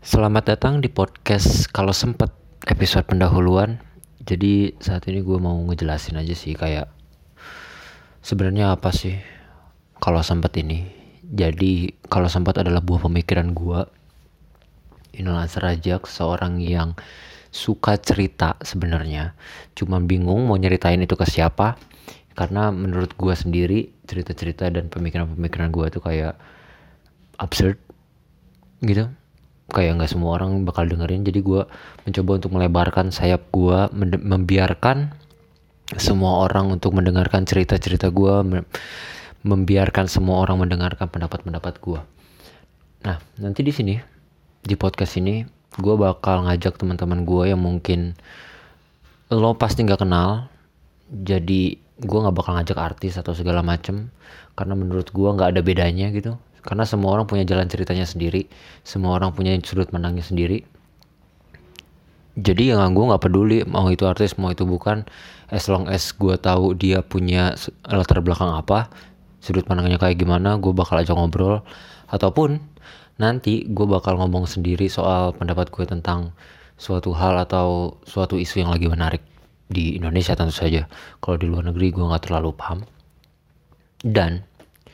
Selamat datang di podcast Kalau Sempet episode pendahuluan. Jadi saat ini gue mau ngejelasin aja sih kayak sebenarnya apa sih Kalau Sempet ini. Jadi Kalau Sempet adalah buah pemikiran gue. Inilah Serajak, seorang yang suka cerita sebenarnya. Cuma bingung mau nyeritain itu ke siapa. Karena menurut gue sendiri cerita-cerita dan pemikiran-pemikiran gue tuh kayak absurd gitu, kayak nggak semua orang bakal dengerin. Jadi gue mencoba untuk melebarkan sayap gue, membiarkan semua orang untuk mendengarkan cerita-cerita gue, membiarkan semua orang mendengarkan pendapat-pendapat gue. Nah, nanti di sini di podcast ini gue bakal ngajak teman-teman gue yang mungkin lo pasti nggak kenal. Jadi gue nggak bakal ngajak artis atau segala macem, karena menurut gue nggak ada bedanya gitu. Karena semua orang punya jalan ceritanya sendiri, semua orang punya sudut pandangnya sendiri. Jadi ya gue nggak peduli mau itu artis mau itu bukan, as long as gue tahu dia punya latar belakang apa, sudut pandangnya kayak gimana, gue bakal ajak ngobrol. Ataupun nanti gue bakal ngomong sendiri soal pendapat gue tentang suatu hal atau suatu isu yang lagi menarik di Indonesia tentu saja. Kalau di luar negeri gue nggak terlalu paham. Dan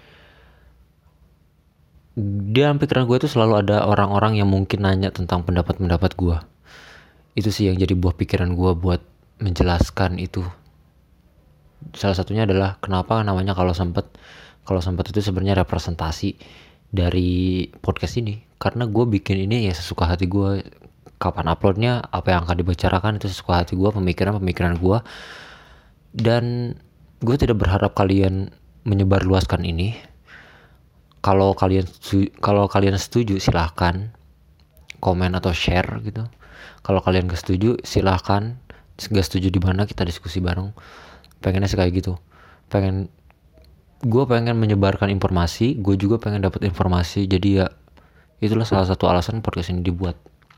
di dalam pikiran gue itu selalu ada orang-orang yang mungkin nanya tentang pendapat-pendapat gue. Itu sih yang jadi buah pikiran gue buat menjelaskan itu. Salah satunya adalah kenapa namanya Kalau Sempet. Kalau Sempet itu sebenarnya representasi dari podcast ini. Karena gue bikin ini ya sesuka hati gue. Kapan uploadnya, apa yang akan dibicarakan itu sesuka hati gue, pemikiran-pemikiran gue. Dan gue tidak berharap kalian menyebarluaskan ini. Kalau kalian setuju silahkan komen atau share gitu. Kalau kalian gak setuju silahkan, gak setuju di mana kita diskusi bareng. Pengennya sih kayak gitu. Gue pengen menyebarkan informasi, gue juga pengen dapat informasi. Jadi ya itulah salah satu alasan podcast ini dibuat.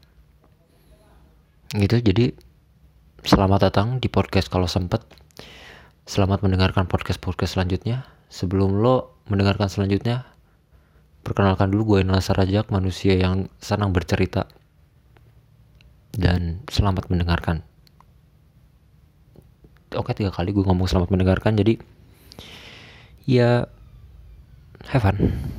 Gitu. Jadi selamat datang di podcast Kalau Sempet. Selamat mendengarkan podcast selanjutnya. Sebelum lo mendengarkan selanjutnya, perkenalkan dulu, gue Nasa Rajak, manusia yang senang bercerita. Dan selamat mendengarkan. Oke, 3 kali gue ngomong selamat mendengarkan. Jadi ya have fun.